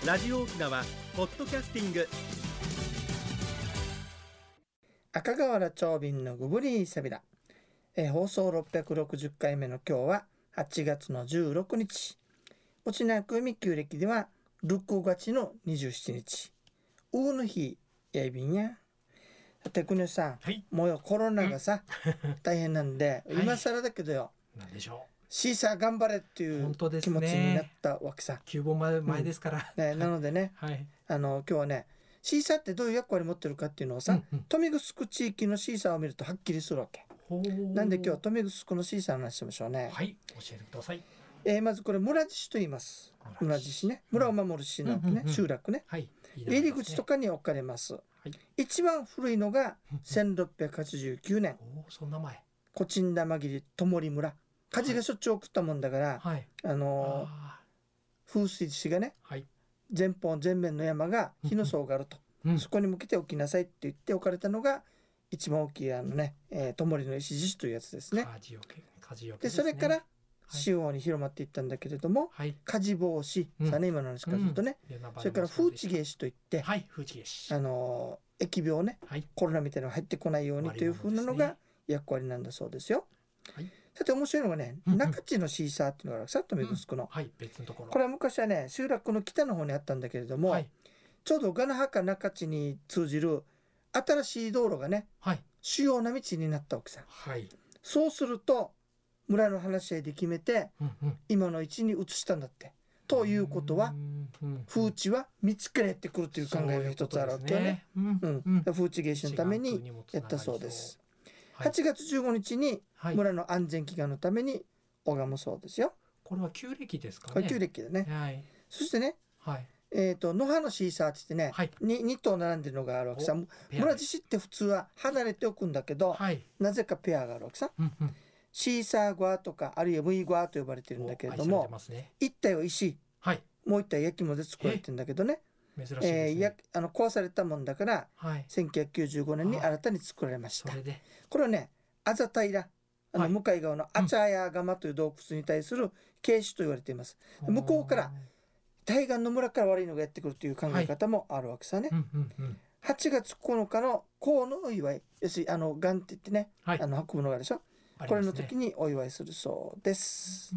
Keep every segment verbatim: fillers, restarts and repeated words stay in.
ラジオ沖縄ポッドキャスティング。 赤瓦長瓶のグブリーサビラ、えー、放送ろっぴゃくろくじゅっかいめの今日ははちがつのじゅうろくにち、おちなくみ旧暦ではろくがつのにじゅうしちにち、うーの日やいびんや。さて国吉さん、 はい、 もうよコロナがさ大変なんで、はい、今更だけどよ、 なんでしょう、 シーサー頑張れっていう気持ちになったわけさ。 きゅうぼんまえ前ですから、 うんね、なのでね、 はい、 あの今日はね、シーサーってどういう役割を持ってるかっていうのをさ、うんうん、豊見城地域のシーサーを見るとはっきりするわけ。なんで今日は豊見城のシーサーの話しましょうね。 はい、教えてください。 えー、まずこれ村地市と言います。村地市ね、村を守る市なわけね、うんうんうん、集落ね、はい、いいね、入り口とかに置かれます。はい、一番古いのがせんろっぴゃくはちじゅうきゅうねん、 おそんな前、 コチンダマギリともり村、火事がしょっちゅう起こったもんだから、はい、あのー、風水師がね、はい、前方前面の山が火の層があると、うん、そこに向けて置きなさいって言って置かれたのが一番大きいあのね、えー、ともりの石獅子というやつですね。 火事よけ、火事よけで、 ですね。 それから四方に広まっていったんだけれども、はい、火事防止、うん、さあね、今の話からするとね、うん、それから風地芸師といって、はい、風地芸師、あのー、疫病ね、はい、コロナみたいなのが入ってこないようにというふうなのが役割なんだそうですよ。はい、さて面白いのがね、うんうん、中地のシーサーっていうのがあるさ、豊見城の、うん、はい、別のところ、これは昔はね集落の北の方にあったんだけれども、はい、ちょうどガナハか中地に通じる新しい道路がね、はい、主要な道になったわけさ。はい、そうすると村の話し合いで決めて、うんうん、今の位置に移したんだって。ということは、うんうんうん、風地は道からやってくるという考えが一つあるわけよね。うんうん、風地芸師のためにやったそうです。はい、はちがつじゅうごにちに村の安全祈願のために拝むそうですよ。 これは旧暦ですかね。 これ旧暦だね。はい、そしてね、はい、えーと、野葉のシーサーって言ってね、はい、ににとう並んでるのがあるわけさ。村地市って普通は離れておくんだけど、はい、なぜかペアがあるわけさ。うんうん、シーサーゴアとかあるいはムイゴアと呼ばれてるんだけれども、ね、一体は石、はい、もう一体焼き物で作られてるんだけどね、珍しいですね。えー、やあの壊されたもんだから、はい、せんきゅうひゃくきゅうじゅうごねんに新たに作られました。これはね、あざたいらあの向かい側のアチャヤガマという洞窟に対する景主と言われています。うん、向こうから対岸の村から悪いのがやってくるという考え方もあるわけさね。はい、うんうんうん、はちがつここのかの幸のお祝い、要するにあの元って言ってね、はい、あの運ぶのがあるでしょ。これの時にお祝いするそうです。うん、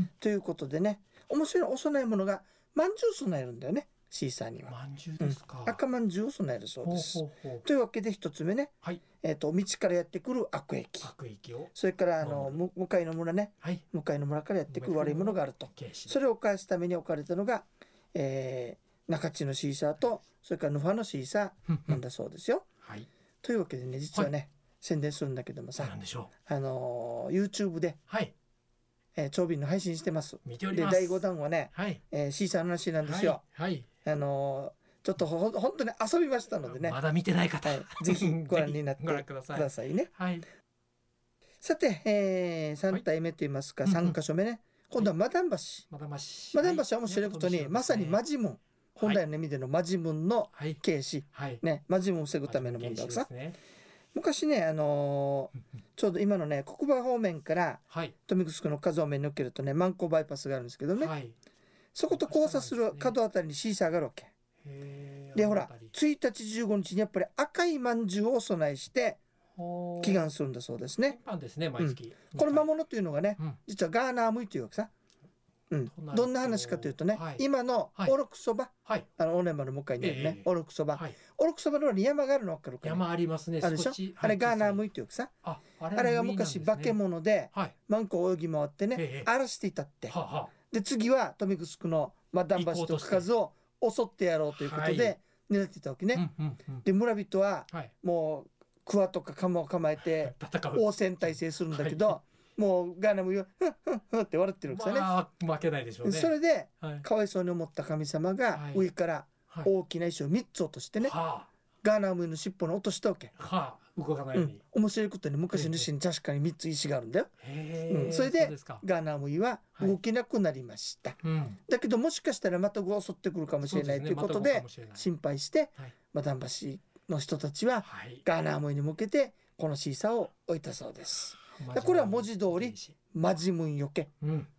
ということでね、面白いお供え物がまんじゅう備えるんだよね、シーサーには。 まんじゅうですか。 うん、赤まんじゅうを備えるそうです。ほうほうほう。というわけで一つ目ね、はい、えーと、道からやってくる悪液、悪液を、それからあの向かいの村ね、はい、向かいの村からやってくる悪いものがあると、それを返すために置かれたのが、えー、中地のシーサーとそれからヌファのシーサーなんだそうですよ。はい、というわけでね、実はね、はい、宣伝するんだけどもさ、なんでしょう、あのー、YouTube で、はい、えー、長瓶の配信してます。見ております。でだいごだんはね、はい、えー、シーサーの話なんですよ。はい、はい、あのー、ちょっとほ本当に遊びましたのでね、 まだ見てない方、はい、 ぜひご覧になってくださいね。はい、さて、えー、さんたいめといいますか、はい、さんかしょめね、うんうん、今度はマダン橋。マダン橋、マダン橋は面白いことに、はい、まさにマジムン、本来の意味でのマジムンの警視、はい、ね、マジムンを防ぐためのものださ。昔ね、あのー、ちょうど今のね国場方面から豊見城の風を目に抜けるとね、万光バイパスがあるんですけどね、はい、そこと交差する角あたりにシーサーがあるわけで、ほらついたちじゅうごにちにやっぱり赤いまんじゅうをお供えして祈願するんだそうですね。ですね、毎月、うん、この魔物というのがね、うん、実はガーナームイというわけさ。うん、どんな話かというとね、はい、今のオロクそば、はい、あのオネマの向かいにあるね、えー、オロクそば、はい、オロクそばの山があるの分かるかな。 山ありますね。 あるでしょ、はい、あれガーナームイというかさ、あ、あれ、あれが昔化け物で、はい、マンコを泳ぎ回ってね、えー、荒らしていたって、ははで次は豊見城のマダン橋と数を襲ってやろうということで狙っていたわけね、うんうんうん、で村人はもう桑とか鎌を構えて応戦態勢するんだけど、はい、もうガーナムイはふんふんふんって笑ってるんですよね。 まあ、負けないでしょうね。 それで、はい、かわいそうに思った神様が上から大きな石をみっつ落としてね、はい、ガーナムイの尻尾に落としたわけ、はあ、動かないように、うん、面白いことに昔の石に確かにみっつ石があるんだよ。へ、うん、それでガーナムイは動けなくなりました、はい、うん、だけどもしかしたらまた襲ってくるかもしれないということで心配して、はい、マダン橋の人たちはガーナムイに向けてこのシーサーを置いたそうです。これは文字通りマジムンよけ、うん、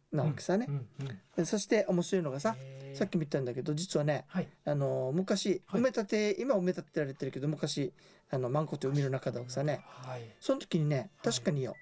なわけさね、 うんうんうん、 そして面白いのがさ、さっきも言ったんだけど実はね、はい、あの昔埋め立て、今埋め立てられてるけど昔あのマンコって海の中だわけさね、はい、その時にね確かによ、はい、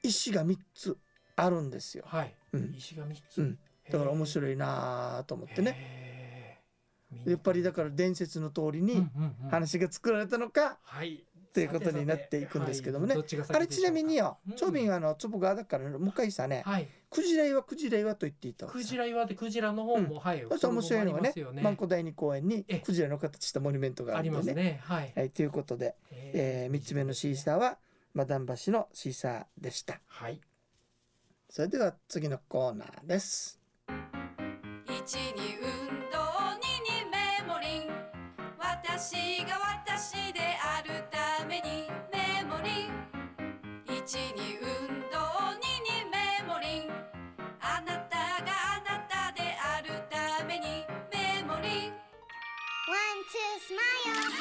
石がみっつあるんですよ、はい、うん、石がみっつ、うん、だから面白いなと思ってね、やっぱりだから伝説の通りに話が作られたのか、はい、っていうことになっていくんですけどもね、はい、あれちなみによ、長瓶はあの坪川だから、ね、向井さんね、はい、クジラ岩クジラ岩と言っていたわけさ。クジラ岩でクジラの方も、うん、はい、そして面白いのがね、万古第二公園にクジラの形したモニュメントがあるんでね、ありますね、はい、はい、ということで、えー、みっつめのシーサーはマダン橋のシーサーでした、はい、それでは次のコーナーです。いちに運動、ににメモリン、私が私であるためにメモリン、いちに運動、ににメモリン、あなたがあなたであるためにメモリン、ワンツースマイル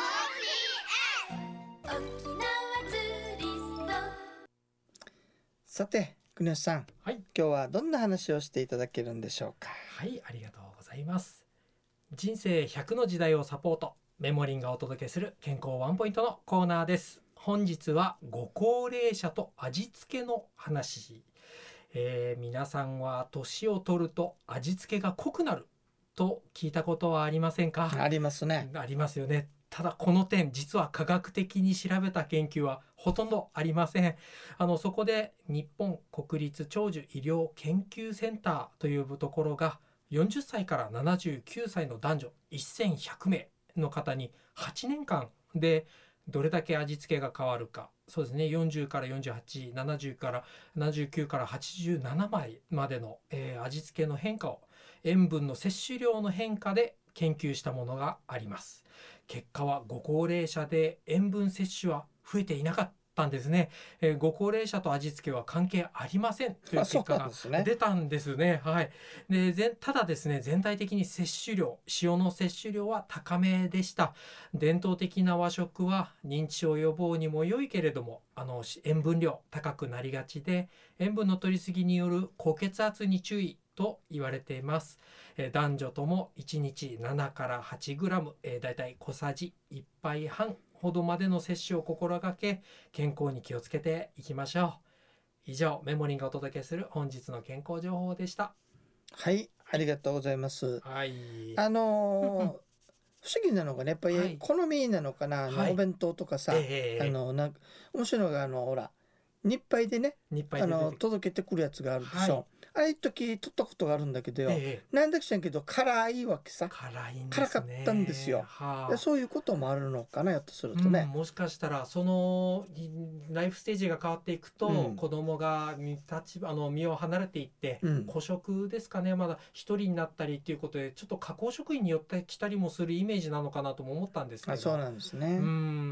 オーピーエス 沖縄ツーリスト。さて国吉さん、はい、今日はどんな話をしていただけるんでしょうか。 はい、ありがとうございます。人生ひゃくの時代をサポート、メモリンがお届けする健康ワンポイントのコーナーです。本日はご高齢者と味付けの話、えー、皆さんは年を取ると味付けが濃くなると聞いたことはありませんか。 ありますね。 ありますよね。ただこの点実は科学的に調べた研究はほとんどありません。あのそこで日本国立長寿医療研究センターというところがよんじゅっさいからななじゅうきゅうさいの男女せんひゃくめいの方にはちねんかんでどれだけ味付けが変わるか、そうですね、よんじゅうからよんじゅうはち、ななじゅうからななじゅうきゅうからはちじゅうななまいまでの、えー、味付けの変化を塩分の摂取量の変化で研究したものがあります。結果はご高齢者で塩分摂取は増えていなかったんですね、えー、ご高齢者と味付けは関係ありませんという結果が出たんですね。はい、でぜただですね、全体的に摂取量、塩の摂取量は高めでした。伝統的な和食は認知症予防にも良いけれども、あの塩分量高くなりがちで、塩分の摂りすぎによる高血圧に注意と言われています。えー、男女ともいちにちななからはちグラム、えー、だいたい小さじいっぱいはんほどまでの摂取を心がけ、健康に気をつけていきましょう。以上、メモリンがお届けする本日の健康情報でした。 はい、ありがとうございます。はい、あのー、不思議なのがね、やっぱり好みなのかな、はい、あのお弁当とかさ、はい、あのなんか面白いのがあのほら日配でね、日配であの届けてくるやつがあるでしょ、はい、ああいう時取ったことがあるんだけどよ、ええ、なんだか知らんけど辛いわけさ。 辛いんですね。 辛かったんですよ、はあ、そういうこともあるのかな、やっとするとね、 うん、もしかしたらそのライフステージが変わっていくと、うん、子供が立場あの身を離れていって、うん、孤食ですかね、まだ一人になったりっていうことでちょっと加工食品によってきたりもするイメージなのかなとも思ったんですけど、あ、 そうなんですね。 うん、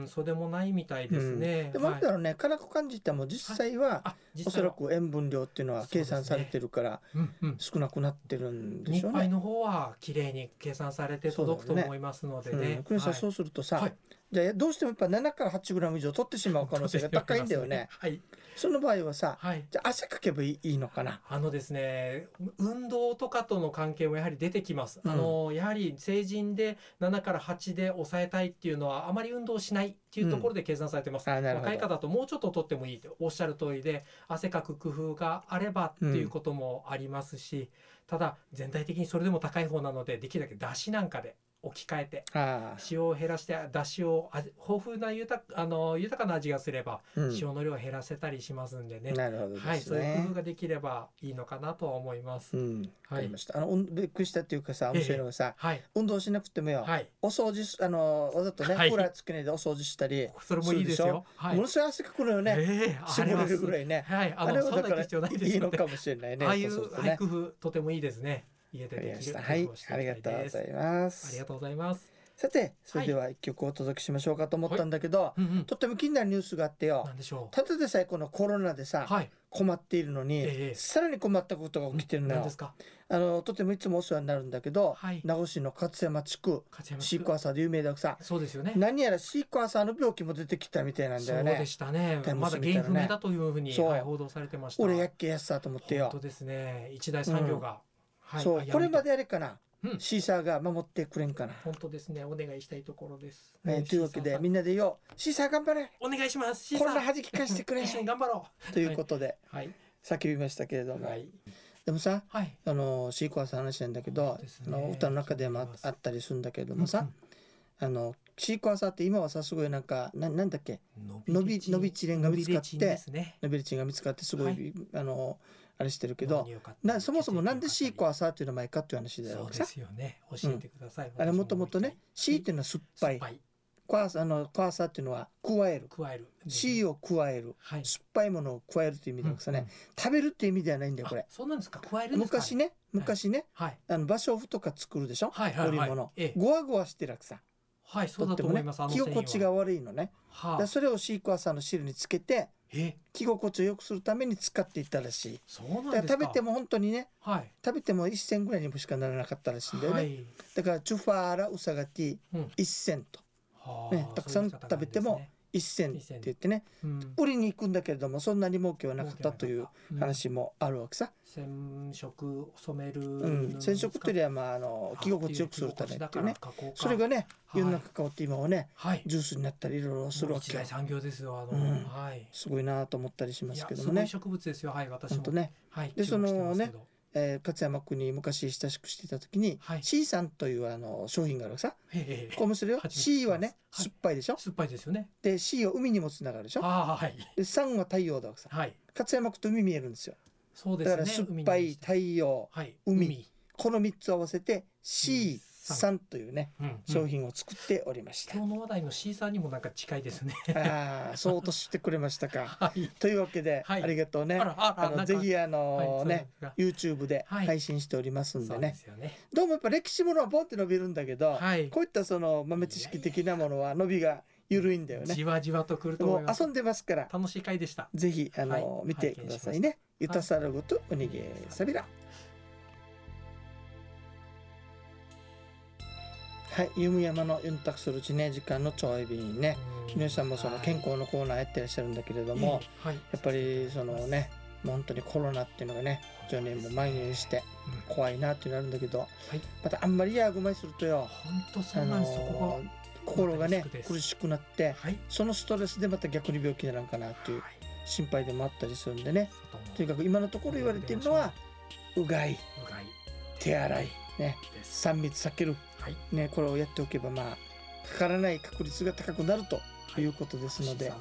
そうでもないみたいですね、 うん、でもなんだろうね、はい、辛く感じても実際は、はい、おそらく塩分量っていうのは計算されてるから少なくなってるんでしょうね。 日配の方はきれいに計算されて届くと思いますのでね。 国さん、そうするとさ、はい、じゃあどうしてもやっぱななからはちグラム以上取ってしまう可能性が高いんだよね。はい、その場合はさ、はい、じゃあ汗かけばいいのかな。 あのですね、運動とかとの関係もやはり出てきます。うん、あのやはり成人でななからはちで抑えたいっていうのはあまり運動しないっていうところで計算されてます。うん、若い方ともうちょっと取ってもいいとおっしゃる通りで、汗かく工夫があればっていうこともありますし、うん、ただ全体的にそれでも高い方なので、できるだけだしなんかで置き換えて塩を減らして、だしを豊富な豊か、あの豊かな味がすれば、うん、塩の量を減らせたりしますんでね。 なるほどですね。 はい、そういう工夫ができればいいのかなとは思います。 うん、はい、ありました。あのびっくりしたっていうかさ、面白いのがさ、えーはい、運動しなくてもよ、はい、お掃除あのわざとね、クーラーつけないでお掃除したり、 それもいいですよ。 はい、ものすごい汗かくのよね。えー、絞れるぐらいね。 はい、あれはだからいいのかもしれないね。 ああいう工夫とてもいいですね。家でできる。 はい、ありがとうございます。 ありがとうございます。 さて、それではいっきょくお届けしましょうかと思ったんだけど、はい、うんうん、とっても気になるニュースがあってよ。何でしょう。ただでさえこのコロナでさ、はい、 困っているのに、 ええ、 さらに困ったことが起きてるのよ。 何ですか？ あのとてもいつもお世話になるんだけど、 はい、 名護市の勝山地区シークワーサーで有名だくさ。 そうですよね。 何やらシークワーサーの病気も出てきたみたいなんだよね。 そうでしたね。まだ原因不明だというふうに、はい、報道されてました。 俺やっけやっさと思ってよ。 本当ですね。一大産業が、うんはい、 そうこれまであれかな、うん、シーサーが守ってくれんかな。 本当ですね。お願いしたいところです。 えー、というわけでみんなでよシーサー頑張れ。 お願いします。シーサーこんな弾き返してくれ。 一緒に頑張ろうということで、 はい、 叫びましたけれども。はいでもさ、はい、あのシークワーサーの話なんだけど、ね、あの歌の中でも あ, あったりするんだけれどもさ、うんうん、あのシークワーサーって今はさすごいなんか な, なんだっけ伸び伸びチレンが見つかって伸びレチンが見つかってすごい、はい、あのあれしてるけどなそもそもなんでシークワーサーっていう名前かっていう話だよ。 そうですよね。教えてください。 うん、あれもともとねシーっていうのは酸っぱい。クワーサーあのクワーサーっていうのは加える加える C を加える、はい、酸っぱいものを加えるという意味だからね、うんうん、食べるっていう意味ではないんだよこれ。 そうなんですか。加えるんですか。 昔ね昔ね、はい、あの芭蕉布とか作るでしょ、はいはいはい、織物、ええ、ゴワゴワしてるわけさ。 はいそうだと思います。 とってもね着心地が悪いのね、はあ、だそれをシークワーサーの汁につけてえ着心地を良くするために使っていったらしい。 そうなんですか。 だから食べても本当にね、はい、食べてもいっ銭ぐらいにもしかならなかったらしいんだよね、はい、だからチュファーラウサガティいっ銭と、うんね、たくさん食べてもいっ銭って言ってね、うん、売りに行くんだけれどもそんなに儲けはなかったという話もあるわけさ、 うん、染色染める、 うん、染色というよりは、まあ、あの着心地よくするためっていうねそれがね、はい、世の中変わって今はね、はい、ジュースになったりいろいろするわけよ。 一大産業ですよ。あの、 うんはい、 すごいなと思ったりしますけどもね。 すごい植物ですよ。はい私も本当ね、はい、でそのねえー、勝山区に昔親しくしていた時に、はい、C さんというあの商品があるさ。こうもするよ。C はね、はい、酸っぱいでしょ。 酸っぱいですよね。 で C を海にもつながるでしょ。 あ、はい、 でさんは太陽だわけさ、はい、勝山区と海見えるんですよ。 そうですね、 だから酸っぱい太陽、はい、海、海このみっつを合わせて シーさんというね、うんうん、商品を作っておりました。 今日の話題の C さんにもなんか近いですね。 ああ、そうとしてくれましたか。はい、というわけで、はい、ありがとうね。あらあらあのぜひあのー、ね、YouTube で配信しておりますんでね。はい、でねどうもやっぱ歴史ものはボンって伸びるんだけど、はい、こういったその豆知識的なものは伸びが緩いんだよね。 じわじわとくると思います。 遊んでますから。 楽しい回でした。 ぜひあのーはい、見てくださいね。ゆたさるごとおにげさびら。はい、ゆむやまのユンタクする地ね時間のちょい便ね、皆さんもその健康のコーナーやってらっしゃるんだけれども、はい、やっぱりそのね本当にコロナっていうのがね非常にもう蔓延して怖いなってなるんだけど、はい、またあんまりやぐまいするとよ本当そうなんです、あのー、 心がね苦しくなって、はい、そのストレスでまた逆に病気になるんかなっていう心配でもあったりするんでね、とにかく今のところ言われているのはうがい、手洗いね、さん密避ける、はいね、これをやっておけばまあかからない確率が高くなるということですので、はい、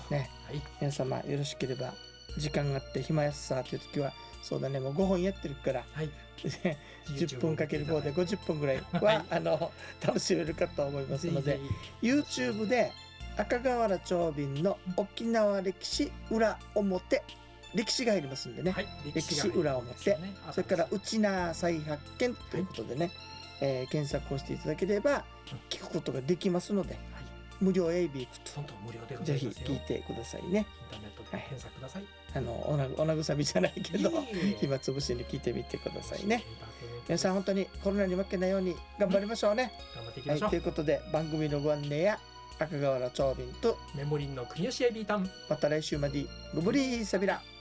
ね、はい、皆様よろしければ時間があって暇やすさという時はそうだねもうごほんやってるから、はい、じゅっぷんかけるごでごじゅっぷんぐらいは、はい、あの楽しめるかと思いますのでYouTube で赤瓦長瓶の沖縄歴史裏表歴史が入りますんでね、はい、歴史裏表、ね、それからうちな再発見ということでね、はい、えー、検索をしていただければ聞くことができますので、はい、無料エイビークとぜひ聞いてくださいね。インターネットで検索ください。はい、 あのおなお慰めじゃないけど暇つぶしに聞いてみてくださいね。皆さん本当にコロナに負けないように頑張りましょうね。 うん、頑張っていきましょう。 はい、ということで番組のご案内や赤瓦長瓶とメモリンの国吉エビータン、 また来週までごぶりーさびら。